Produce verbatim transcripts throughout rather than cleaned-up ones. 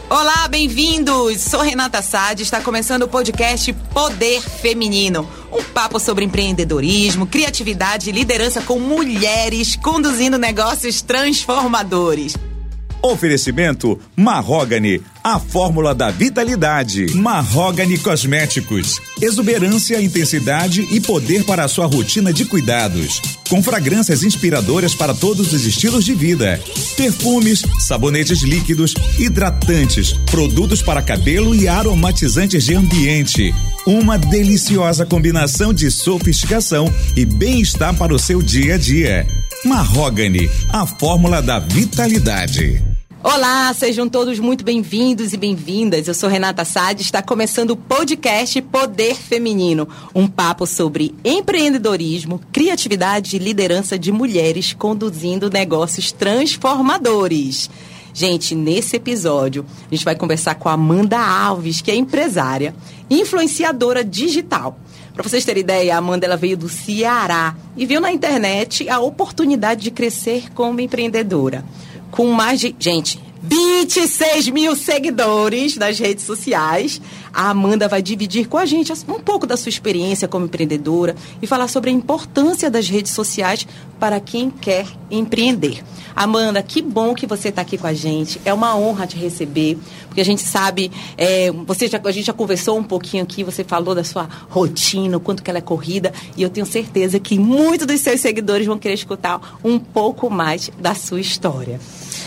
Olá, bem-vindos! Sou Renata Sade, está começando o podcast Poder Feminino. Um papo sobre empreendedorismo, criatividade e liderança com mulheres conduzindo negócios transformadores. Oferecimento Mahogany, a fórmula da vitalidade. Mahogany Cosméticos, exuberância, intensidade e poder para a sua rotina de cuidados. Com fragrâncias inspiradoras para todos os estilos de vida. Perfumes, sabonetes líquidos, hidratantes, produtos para cabelo e aromatizantes de ambiente. Uma deliciosa combinação de sofisticação e bem-estar para o seu dia a dia. Mahogany, a fórmula da vitalidade. Olá, sejam todos muito bem-vindos e bem-vindas. Eu sou Renata Sade, está começando o podcast Poder Feminino, um papo sobre empreendedorismo, criatividade e liderança de mulheres conduzindo negócios transformadores. Gente, nesse episódio, a gente vai conversar com a Amanda Alves, que é empresária, influenciadora digital. Para vocês terem ideia, a Amanda ela veio do Ceará e viu na internet a oportunidade de crescer como empreendedora. Com mais de, gente, vinte e seis mil seguidores nas redes sociais, a Amanda vai dividir com a gente um pouco da sua experiência como empreendedora e falar sobre a importância das redes sociais para quem quer empreender. Amanda, que bom que você está aqui com a gente. É uma honra te receber, porque a gente sabe, é, você já, a gente já conversou um pouquinho aqui, você falou da sua rotina, o quanto que ela é corrida, e eu tenho certeza que muitos dos seus seguidores vão querer escutar um pouco mais da sua história.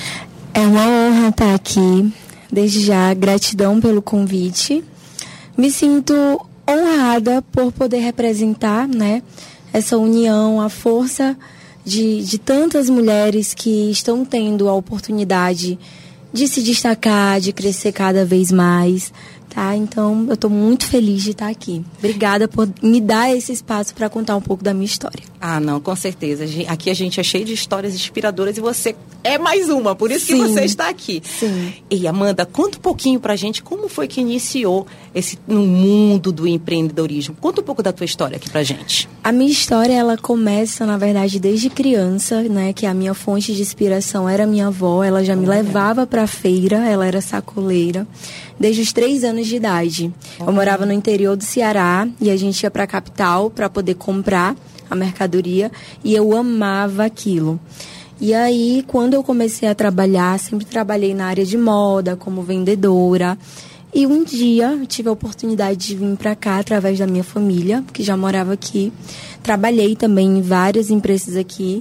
É uma honra estar aqui. Desde já, gratidão pelo convite. Me sinto honrada por poder representar, né, essa união, a força de, de tantas mulheres que estão tendo a oportunidade de se destacar, de crescer cada vez mais, tá? Então, eu estou muito feliz de estar aqui. Obrigada por me dar esse espaço para contar um pouco da minha história. Ah, não, com certeza. Aqui a gente é cheio de histórias inspiradoras e você é mais uma, por isso Sim. que você está aqui. Sim. E, Amanda, conta um pouquinho pra gente como foi que iniciou esse, no mundo do empreendedorismo. Conta um pouco da tua história aqui pra gente. A minha história, ela começa, na verdade, desde criança, né? Que a minha fonte de inspiração era minha avó. Ela já me oh, levava pra feira, ela era sacoleira. Desde os três anos de idade. Oh. Eu morava no interior do Ceará e a gente ia pra capital pra poder comprar a mercadoria e eu amava aquilo. E aí, quando eu comecei a trabalhar, sempre trabalhei na área de moda, como vendedora. E um dia, eu tive a oportunidade de vir para cá através da minha família, que já morava aqui. Trabalhei também em várias empresas aqui.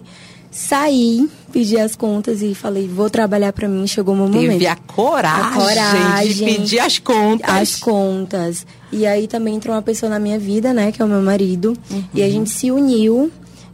Saí, pedi as contas e falei, vou trabalhar para mim, chegou o meu momento. Teve a coragem, a coragem de pedir as contas. As contas. E aí também entrou uma pessoa na minha vida, né, que é o meu marido. Uhum. E a gente se uniu,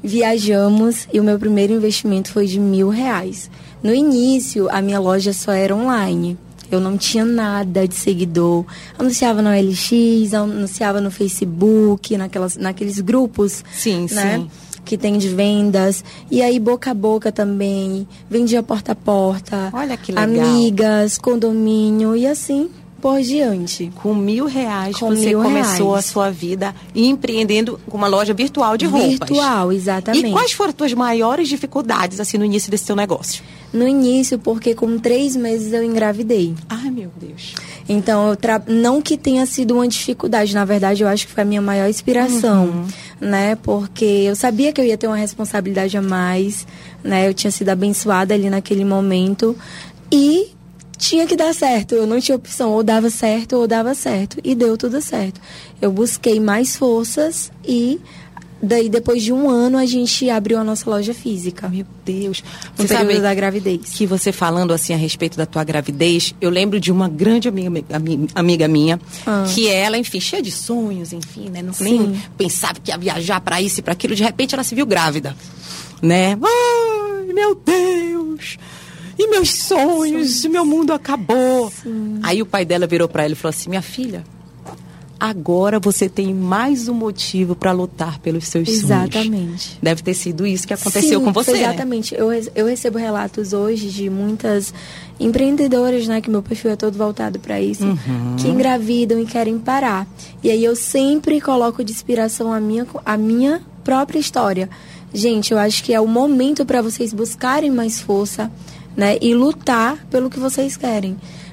viajamos e o meu primeiro investimento foi de mil reais. No início, a minha loja só era online. Eu não tinha nada de seguidor. Anunciava no O L X, anunciava no Facebook, naquelas, naqueles grupos. Sim, né? sim. Que tem de vendas, e aí boca a boca também, vendia porta a porta. Olha que legal. Amigas, condomínio e assim por diante. Com mil reais com você mil começou reais. a sua vida empreendendo com uma loja virtual de roupas. Virtual, exatamente. E quais foram as tuas maiores dificuldades assim no início desse seu negócio? No início, porque com três meses eu engravidei. Ai, meu Deus. Então, eu tra... não que tenha sido uma dificuldade, na verdade, eu acho que foi a minha maior inspiração, uhum. né? Porque eu sabia que eu ia ter uma responsabilidade a mais, né? Eu tinha sido abençoada ali naquele momento e tinha que dar certo. Eu não tinha opção, ou dava certo ou dava certo. E deu tudo certo. Eu busquei mais forças e daí, depois de um ano, a gente abriu a nossa loja física. Meu Deus. No Você período sabe da gravidez. Que você falando assim a respeito da tua gravidez, eu lembro de uma grande amiga, amiga minha, ah. que ela, enfim, cheia de sonhos, enfim, né? Não nem pensava que ia viajar para isso e para aquilo. De repente, ela se viu grávida, né? Ai, meu Deus! E meus sonhos, Sim. meu mundo acabou. Sim. Aí o pai dela virou para ela e falou assim, minha filha, agora você tem mais um motivo para lutar pelos seus exatamente. sonhos. Exatamente. Deve ter sido isso que aconteceu Sim, com você, exatamente. né? Eu, eu recebo relatos hoje de muitas empreendedoras, né? Que meu perfil é todo voltado para isso. Uhum. Que engravidam e querem parar. E aí eu sempre coloco de inspiração a minha, a minha própria história. Gente, eu acho que é o momento para vocês buscarem mais força, né? E lutar pelo que vocês querem.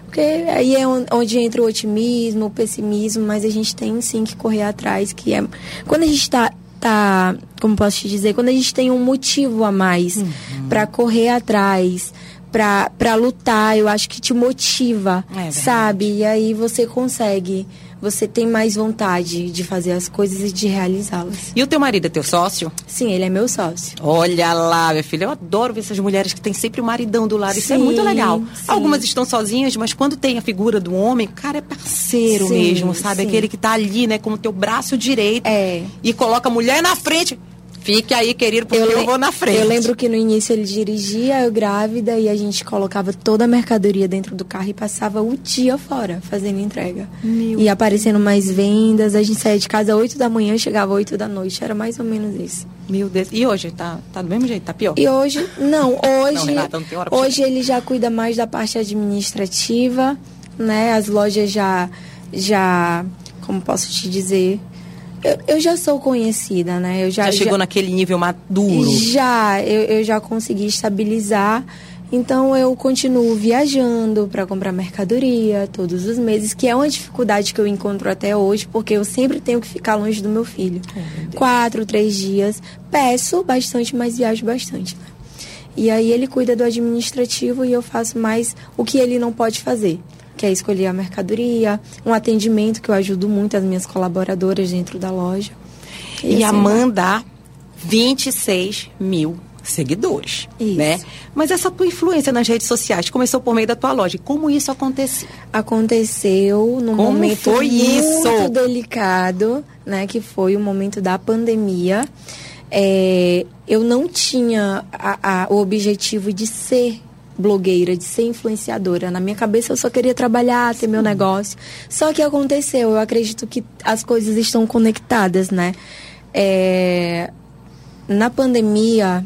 Porque aí é onde entra o otimismo, o pessimismo, mas a gente tem sim que correr atrás, que é... Quando a gente está... Tá, como posso te dizer, quando a gente tem um motivo a mais uhum. para correr atrás, para para lutar, eu acho que te motiva, é sabe? E aí você consegue, você tem mais vontade de fazer as coisas e de realizá-las. E o teu marido é teu sócio? Sim, ele é meu sócio. Olha lá, minha filha, eu adoro ver essas mulheres que tem sempre o maridão do lado, sim, isso é muito legal. Sim. Algumas estão sozinhas, mas quando tem a figura do homem, o cara é parceiro sim, mesmo, sabe? Sim. Aquele que tá ali, né, como teu braço direito é. e coloca a mulher na frente. Fique aí, querido, porque eu, eu vou na frente. Eu lembro que no início ele dirigia, eu grávida, e a gente colocava toda a mercadoria dentro do carro e passava o dia fora fazendo entrega. Meu e aparecendo mais vendas, a gente saía de casa às oito da manhã e chegava às oito da noite, era mais ou menos isso. Meu Deus. E hoje, tá, tá do mesmo jeito? Tá pior? E hoje, não, hoje, não, Renata, não tem hora pra hoje chegar. Ele já cuida mais da parte administrativa, né, as lojas já, já, como posso te dizer... Eu, eu já sou conhecida, né? Eu já, já chegou já, naquele nível maduro? Já, eu, eu já consegui estabilizar. Então, eu continuo viajando para comprar mercadoria todos os meses, que é uma dificuldade que eu encontro até hoje, porque eu sempre tenho que ficar longe do meu filho. Oh, Quatro, três dias. Peço bastante, mas viajo bastante. Né? E aí, ele cuida do administrativo e eu faço mais o que ele não pode fazer, que é escolher a mercadoria, um atendimento que eu ajudo muito as minhas colaboradoras dentro da loja. E, e assim, Amanda, vinte e seis mil seguidores, isso. né? Mas essa tua influência nas redes sociais começou por meio da tua loja. Como isso aconteceu? Aconteceu num Como momento foi muito isso? delicado, né? Que foi o momento da pandemia. É, eu não tinha a, a, o objetivo de ser blogueira, de ser influenciadora. Na minha cabeça eu só queria trabalhar, ter Sim. meu negócio. Só que aconteceu, eu acredito que as coisas estão conectadas, né? É... Na pandemia,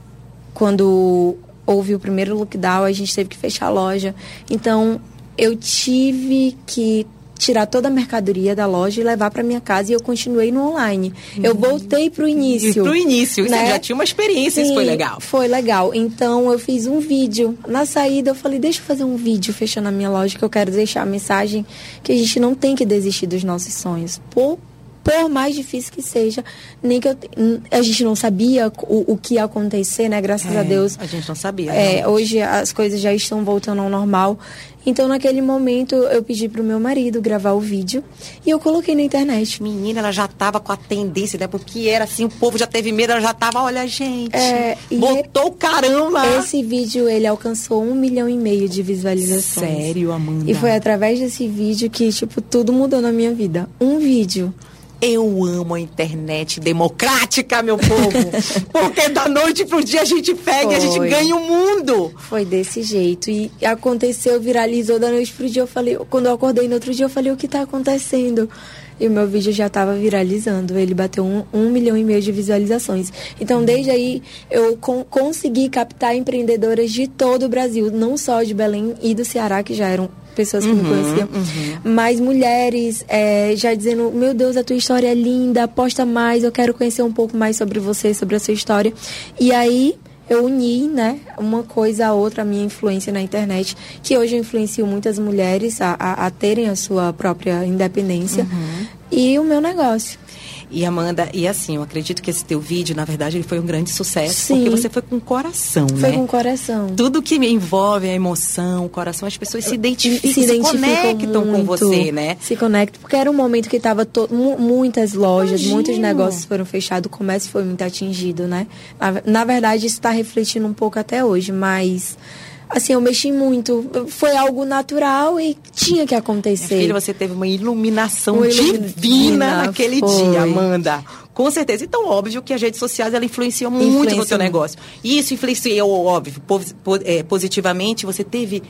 quando houve o primeiro lockdown, a gente teve que fechar a loja. Então, eu tive que tirar toda a mercadoria da loja e levar para minha casa, e eu continuei no online. Hum. Eu voltei pro início. Pro início, né? Você já tinha uma experiência, Sim, isso foi legal. Foi legal. Então, eu fiz um vídeo. Na saída, eu falei, deixa eu fazer um vídeo fechando a minha loja, que eu quero deixar a mensagem que a gente não tem que desistir dos nossos sonhos. Por, por mais difícil que seja, nem que eu, a gente não sabia o, o que ia acontecer, né? Graças é, a Deus. A gente não sabia. É, hoje as coisas já estão voltando ao normal. Então, naquele momento, eu pedi pro meu marido gravar o vídeo e eu coloquei na internet. Menina, ela já tava com a tendência, né? Porque era assim, o povo já teve medo, ela já tava, olha, gente, é, botou o caramba! Esse vídeo, ele alcançou um milhão e meio de visualizações. Sério, Amanda? E foi através desse vídeo que, tipo, tudo mudou na minha vida. Um vídeo. Eu amo a internet democrática, meu povo. Porque da noite pro dia a gente pega Foi. e a gente ganha o mundo. Foi desse jeito. E aconteceu, viralizou da noite pro dia. Eu falei, quando eu acordei no outro dia, eu falei, o que tá acontecendo? E o meu vídeo já estava viralizando. Ele bateu um, um milhão e meio de visualizações. Então, desde aí, eu con- consegui captar empreendedoras de todo o Brasil. Não só de Belém e do Ceará, que já eram pessoas que uhum, me conheciam, uhum. mas mulheres é, já dizendo, meu Deus, a tua história é linda, posta mais, eu quero conhecer um pouco mais sobre você, sobre a sua história. E aí eu uni, né, uma coisa a outra, a minha influência na internet, que hoje eu influencio muitas mulheres a, a, a terem a sua própria independência uhum. e o meu negócio. E Amanda, e assim, eu acredito que esse teu vídeo, na verdade, ele foi um grande sucesso. Sim. Porque você foi com o coração, foi né? Foi com o coração. Tudo que envolve a emoção, o coração, as pessoas se identificam, se, se, se conectam muito, com você, né? Se conectam, porque era um momento que estava to- muitas lojas, Imagino. muitos negócios foram fechados, o comércio foi muito atingido, né? Na, na verdade, isso está refletindo um pouco até hoje, mas... Assim, eu mexi muito. Foi algo natural e tinha que acontecer. Minha filha, você teve uma iluminação uma divina, divina naquele foi. dia, Amanda. Com certeza. Então, óbvio que as redes sociais, ela influenciam muito Influencia no seu negócio. E isso influenciou, óbvio, positivamente. Você teve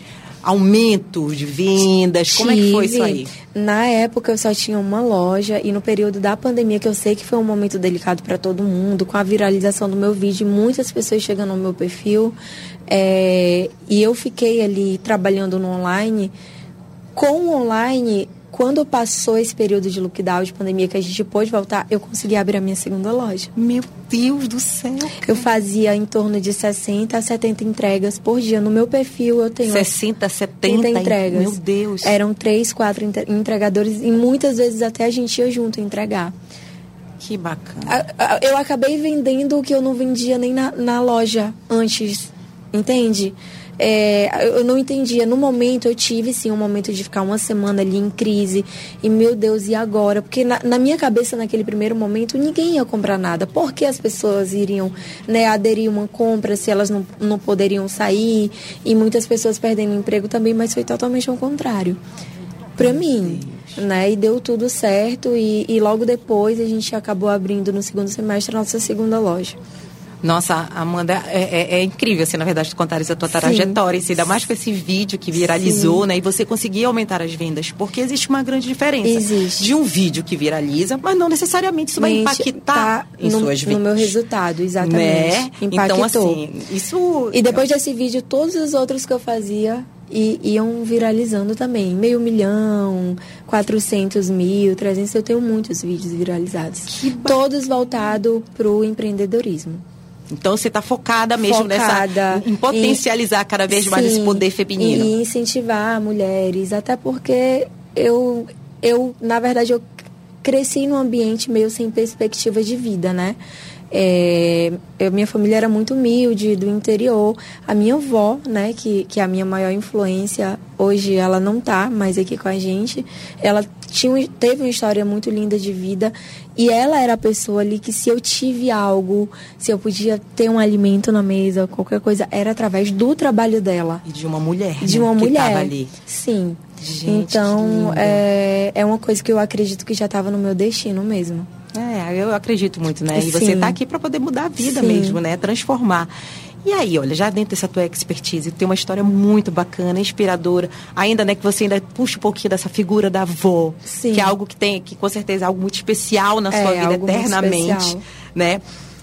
aumento de vendas. Tive. Como é que foi isso aí? Na época, eu só tinha uma loja. E no período da pandemia, que eu sei que foi um momento delicado para todo mundo, com a viralização do meu vídeo, muitas pessoas chegando no meu perfil. É, e eu fiquei ali trabalhando no online. Com o online, quando passou esse período de lockdown, de pandemia, que a gente pôde voltar, eu consegui abrir a minha segunda loja. Meu Deus do céu! Cara. Eu fazia em torno de sessenta a setenta entregas por dia. No meu perfil eu tenho... sessenta, setenta entregas. Meu Deus! Eram três, quatro entregadores e muitas vezes até a gente ia junto entregar. Que bacana. Eu acabei vendendo o que eu não vendia nem na, na loja antes, entende? É, eu não entendia. No momento, eu tive, sim, um momento de ficar uma semana ali em crise. E, meu Deus, e agora? Porque na, na minha cabeça, naquele primeiro momento, ninguém ia comprar nada. Por que as pessoas iriam, né, aderir uma compra se elas não, não poderiam sair? E muitas pessoas perdendo emprego também, mas foi totalmente ao contrário. Pra mim, né? E deu tudo certo. E, e logo depois, a gente acabou abrindo no segundo semestre a nossa segunda loja. Nossa, Amanda, é, é, é incrível, assim, na verdade, tu contar essa tua Sim. trajetória, assim, ainda mais com esse vídeo que viralizou, Sim. né, e você conseguir aumentar as vendas, porque existe uma grande diferença existe. de um vídeo que viraliza, mas não necessariamente isso vai impactar tá em no, suas vendas. No meu resultado, exatamente. Né? Impactou. Então, assim, isso... E depois desse vídeo, todos os outros que eu fazia i, iam viralizando também. Meio milhão, quatrocentos mil, trezentos, eu tenho muitos vídeos viralizados. Que todos voltados para o empreendedorismo. Então, você está focada mesmo focada nessa, em potencializar em, cada vez mais sim, esse poder feminino. E incentivar mulheres, até porque eu, eu, na verdade, eu cresci num ambiente meio sem perspectiva de vida, né? É, eu, minha família era muito humilde, do interior. A minha avó, né, que, que é a minha maior influência, hoje ela não tá mais aqui com a gente. Ela tinha, teve uma história muito linda de vida. E ela era a pessoa ali que, se eu tive algo, se eu podia ter um alimento na mesa, qualquer coisa, era através do trabalho dela. E de uma mulher, De né, uma que mulher, tava ali. Sim. Gente, então, é, é uma coisa que eu acredito que já estava no meu destino mesmo. É, eu acredito muito, né? E Sim. você tá aqui para poder mudar a vida Sim. mesmo, né? Transformar. E aí, olha, já dentro dessa tua expertise, tem uma história muito bacana, inspiradora. Ainda, né, que você ainda puxa um pouquinho dessa figura da avó. Sim. Que é algo que tem, que com certeza é algo muito especial na é, sua vida, algo eternamente, né?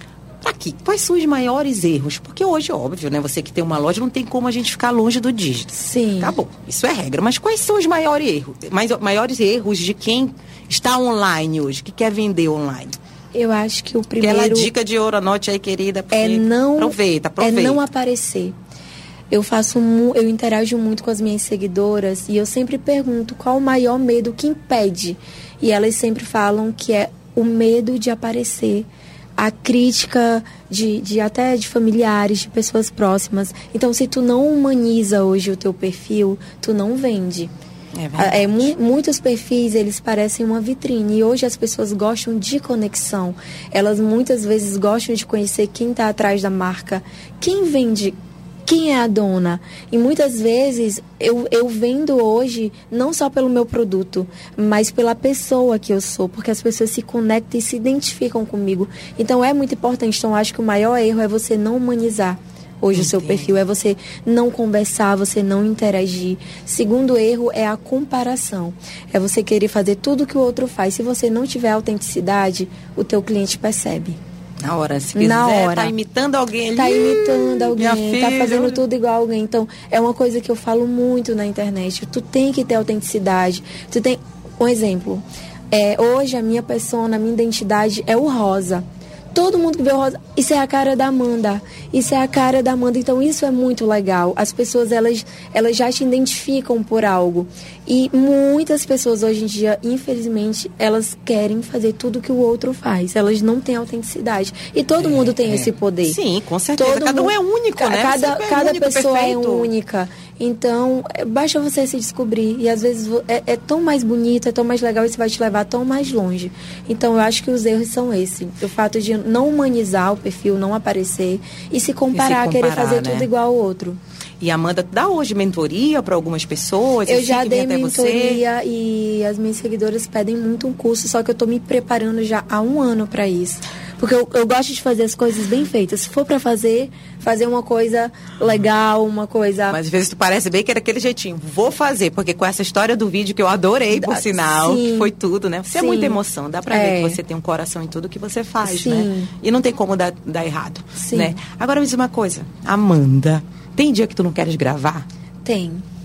Aqui, quais são os maiores erros? Porque hoje, óbvio, né? Você que tem uma loja, não tem como a gente ficar longe do dígito. Sim. Acabou. Isso é regra. Mas quais são os maiores erros? Mais, maiores erros de quem está online hoje, que quer vender online? Eu acho que o primeiro... Aquela dica de ouro, anote aí, querida. É não... Aproveita, aproveita. É não aparecer. Eu faço... Eu interajo muito com as minhas seguidoras e eu sempre pergunto qual o maior medo que impede. E elas sempre falam que é o medo de aparecer. A crítica de, de até de familiares, de pessoas próximas. Então, se tu não humaniza hoje o teu perfil, tu não vende. É, é, mu- muitos perfis, eles parecem uma vitrine. E hoje as pessoas gostam de conexão. Elas muitas vezes gostam de conhecer quem está atrás da marca. Quem vende, quem é a dona. E muitas vezes eu, eu vendo hoje não só pelo meu produto, mas pela pessoa que eu sou. Porque as pessoas se conectam e se identificam comigo. Então é muito importante. Então acho que o maior erro é você não humanizar hoje. Entendi. O seu perfil é você não conversar, você não interagir. Segundo erro é a comparação. É você querer fazer tudo que o outro faz. Se você não tiver autenticidade, o teu cliente percebe. Na hora, se quiser, Na hora. tá imitando alguém ali. Tá imitando alguém, filha, tá fazendo eu... tudo igual alguém. Então, é uma coisa que eu falo muito na internet. Tu tem que ter autenticidade. Tu tem... Um exemplo. É, hoje, a minha persona, a minha identidade é o rosa. Todo mundo que vê o rosa, isso é a cara da Amanda, isso é a cara da Amanda, então isso é muito legal. As pessoas, elas, elas já te identificam por algo. E muitas pessoas hoje em dia, infelizmente, elas querem fazer tudo que o outro faz. Elas não têm autenticidade. E todo é, mundo tem é. esse poder. Sim, com certeza. Todo cada mundo, um é único, né? Cada, é cada único, pessoa perfeito. é única. Então, basta você se descobrir. E às vezes é, é tão mais bonito, é tão mais legal, isso vai te levar tão mais longe. Então, eu acho que os erros são esses. O fato de não humanizar o perfil, não aparecer e se comparar, e se comparar querer fazer né? tudo igual ao outro. E a Amanda dá hoje mentoria para algumas pessoas? Eu assim, já dei mentoria você? E as minhas seguidoras pedem muito um curso, só que eu tô me preparando já há um ano para isso. Porque eu, eu gosto de fazer as coisas bem feitas. Se for para fazer, fazer uma coisa legal, uma coisa... Mas às vezes tu parece bem que era aquele jeitinho. Vou fazer, porque com essa história do vídeo que eu adorei, por sinal, Sim. que foi tudo, né? Você é Sim. muita emoção, dá pra é. ver que você tem um coração em tudo que você faz, Sim. né? E não tem como dar, dar errado, Sim. né? Agora me diz uma coisa, Amanda, tem dia que tu não queres gravar? Tem.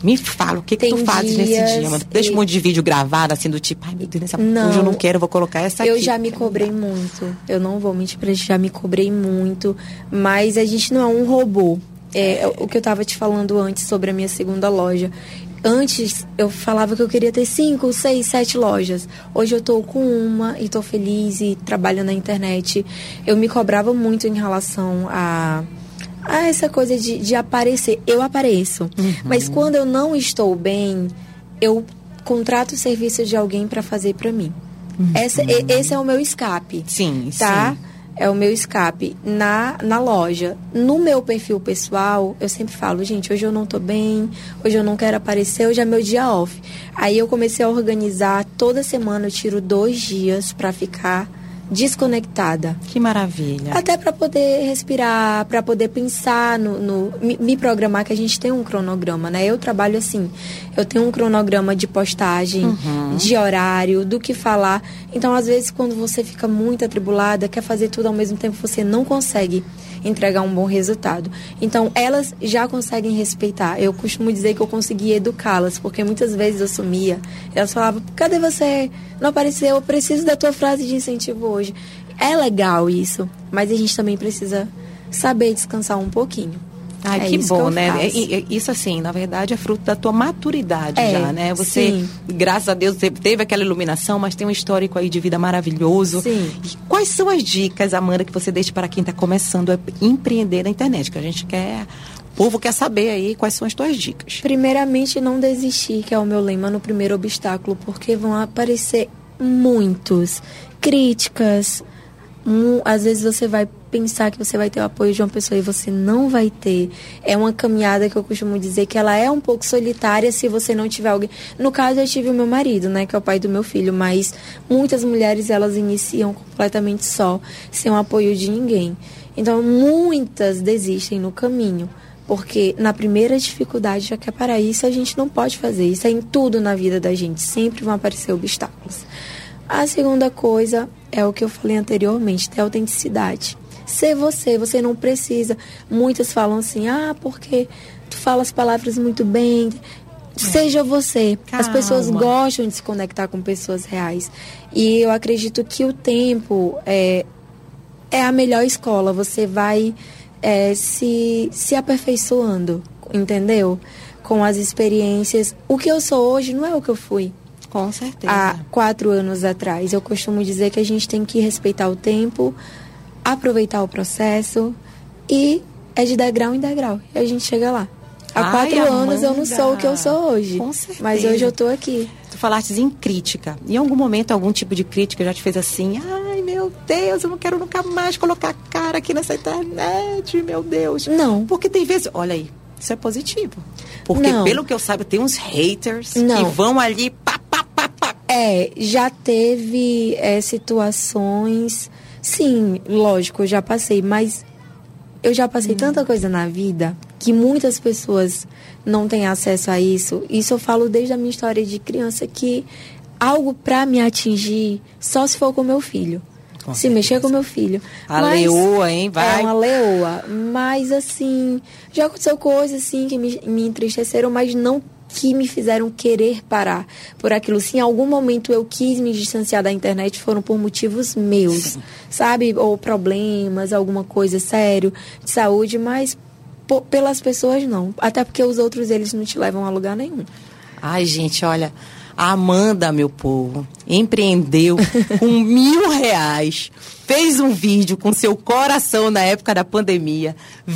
Me fala, o que que tu fazes nesse dia? Mano? Deixa um monte de vídeo gravado, assim, do tipo, ai meu Deus, nessa não, hoje eu não quero, eu vou colocar essa aqui. Eu já me cobrei muito. Eu não vou mentir pra gente, já me cobrei muito. Mas a gente não é um robô. É, o que eu tava te falando antes sobre a minha segunda loja. Antes, eu falava que eu queria ter cinco, seis, sete lojas. Hoje eu tô com uma e tô feliz e trabalho na internet. Eu me cobrava muito em relação a... Ah, essa coisa de, de aparecer. Eu apareço. Uhum. Mas quando eu não estou bem, eu contrato o serviço de alguém para fazer para mim. Uhum. Essa, esse é o meu escape. Sim, tá? sim. É o meu escape na, na loja. No meu perfil pessoal, eu sempre falo, gente, hoje eu não tô bem, hoje eu não quero aparecer, hoje é meu dia off. Aí eu comecei a organizar, toda semana eu tiro dois dias para ficar desconectada. Que maravilha. Até para poder respirar, para poder pensar no, no me, me programar, que a gente tem um cronograma, né? Eu trabalho assim, eu tenho um cronograma de postagem, uhum. de horário, do que falar. Então, às vezes, quando você fica muito atribulada, quer fazer tudo ao mesmo tempo, você não consegue entregar um bom resultado. Então, elas já conseguem respeitar. Eu costumo dizer que eu consegui educá-las, porque muitas vezes eu sumia. Elas falavam, cadê você? Não apareceu, eu preciso da tua frase de incentivo hoje. É legal isso, mas a gente também precisa saber descansar um pouquinho. Ai, é que bom, que né? E, e, isso, assim, na verdade, é fruto da tua maturidade é, já, né? Você, sim. graças a Deus, teve aquela iluminação, mas tem um histórico aí de vida maravilhoso. Sim. E quais são as dicas, Amanda, que você deixa para quem está começando a empreender na internet? Que a gente quer... O povo quer saber aí quais são as tuas dicas. Primeiramente, não desistir, que é o meu lema no primeiro obstáculo, porque vão aparecer muitos críticas. Um, às vezes você vai pensar que você vai ter o apoio de uma pessoa e você não vai ter. É uma caminhada que eu costumo dizer que ela é um pouco solitária se você não tiver alguém. No caso, eu tive o meu marido, né, que é o pai do meu filho, mas muitas mulheres, elas iniciam completamente só, sem o apoio de ninguém. Então, muitas desistem no caminho, porque na primeira dificuldade já quer parar. Isso a gente não pode fazer. Isso é em tudo na vida da gente. Sempre vão aparecer obstáculos. A segunda coisa é o que eu falei anteriormente, ter autenticidade. Ser você, você não precisa. Muitas falam assim, ah, porque tu fala as palavras muito bem. Seja você. Calma. As pessoas gostam de se conectar com pessoas reais. E eu acredito que o tempo é, é a melhor escola. Você vai é, se, se aperfeiçoando, entendeu? Com as experiências. O que eu sou hoje não é o que eu fui. Com certeza. Há quatro anos atrás. Eu costumo dizer que a gente tem que respeitar o tempo, aproveitar o processo e é de degrau em degrau. E a gente chega lá. Há Ai, quatro Amanda, anos eu não sou o que eu sou hoje. Com certeza. Mas hoje eu tô aqui. Tu falaste em crítica. Em algum momento, algum tipo de crítica já te fez assim, ai, meu Deus, eu não quero nunca mais colocar a cara aqui nessa internet, meu Deus. Não. Porque tem vezes, olha aí, isso é positivo. Porque não. Pelo que eu saiba, tem uns haters não. que vão ali, pá, pá, pá, pá. É, já teve é, situações, sim, lógico, eu já passei, mas eu já passei hum. tanta coisa na vida que muitas pessoas não têm acesso a isso. Isso eu falo desde a minha história de criança, que algo pra me atingir só se for com meu filho. Com se certeza. Mexer com meu filho. A mas, leoa, hein? Vai. É uma leoa. Mas, assim, já aconteceu coisas, assim, que me, me entristeceram, mas não que me fizeram querer parar por aquilo. Se em algum momento eu quis me distanciar da internet, foram por motivos meus, Sim. sabe? Ou problemas, alguma coisa sério de saúde, mas por, pelas pessoas não. Até porque os outros, eles não te levam a lugar nenhum. Ai, gente, olha... A Amanda, meu povo, empreendeu com mil reais, fez um vídeo com seu coração na época da pandemia,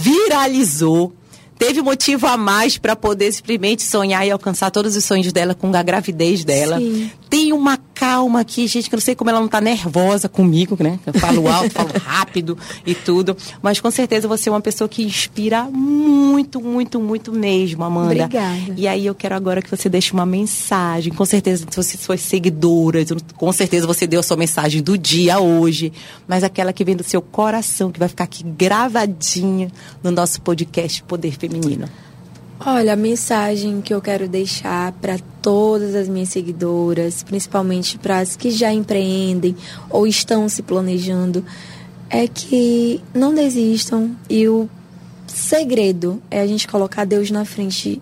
viralizou, teve motivo a mais para poder simplesmente sonhar e alcançar todos os sonhos dela com a gravidez dela. Sim. Tem uma calma aqui, gente, que eu não sei como ela não tá nervosa comigo, né? Eu falo alto, falo rápido e tudo. Mas com certeza você é uma pessoa que inspira muito, muito, muito mesmo, Amanda. Obrigada. E aí eu quero agora que você deixe uma mensagem. Com certeza você, suas seguidoras, com certeza você deu a sua mensagem do dia hoje. Mas aquela que vem do seu coração, que vai ficar aqui gravadinha no nosso podcast Poder Feminino. Olha, a mensagem que eu quero deixar para todas as minhas seguidoras, principalmente para as que já empreendem ou estão se planejando, é que não desistam. E o segredo é a gente colocar Deus na frente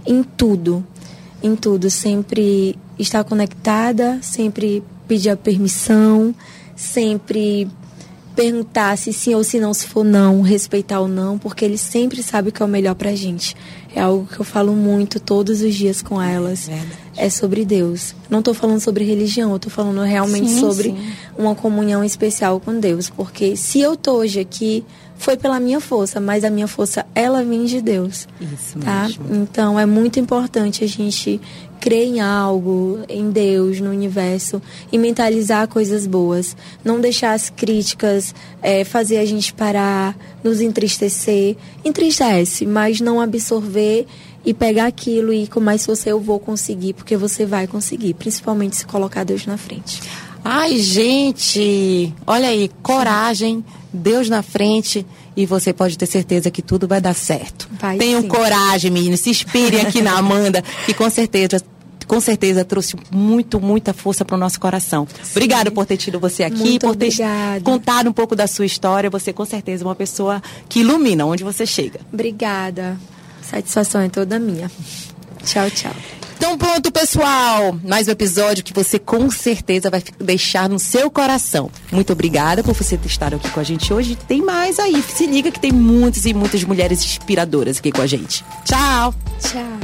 em tudo, em tudo, sempre estar conectada, sempre pedir a permissão, sempre perguntar se sim ou se não, se for não, respeitar o não, porque ele sempre sabe o que é o melhor pra gente. É algo que eu falo muito todos os dias com elas. É, é sobre Deus. Não estou falando sobre religião, eu estou falando realmente sim, sobre sim. uma comunhão especial com Deus. Porque se eu tô hoje aqui, foi pela minha força, mas a minha força, ela vem de Deus. Isso tá? mesmo. Então, é muito importante a gente crer em algo, em Deus, no universo, e mentalizar coisas boas. Não deixar as críticas é, fazer a gente parar, nos entristecer. Entristece, mas não absorver e pegar aquilo e com mais força eu vou conseguir, porque você vai conseguir, principalmente se colocar Deus na frente. Ai, gente, olha aí, coragem, Deus na frente, e você pode ter certeza que tudo vai dar certo. Vai, Tenham sim. coragem, meninos, se inspirem aqui na Amanda, que com certeza, com certeza trouxe muito, muita força para o nosso coração. Sim. Obrigada por ter tido você aqui, muito por ter obrigada. contado um pouco da sua história. Você com certeza é uma pessoa que ilumina onde você chega. Obrigada. Satisfação é toda minha. Tchau, tchau. Então pronto, pessoal, mais um episódio que você com certeza vai deixar no seu coração. Muito obrigada por você ter estado aqui com a gente hoje. Tem mais aí, se liga que tem muitas e muitas mulheres inspiradoras aqui com a gente. Tchau! Tchau!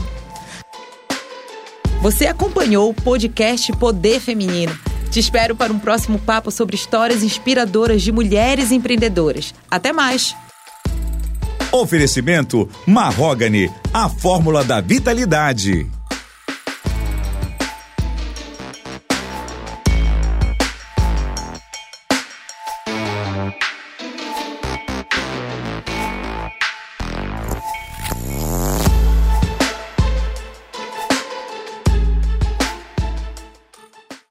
Você acompanhou o podcast Poder Feminino. Te espero para um próximo papo sobre histórias inspiradoras de mulheres empreendedoras. Até mais! Oferecimento Mahogany, a fórmula da vitalidade.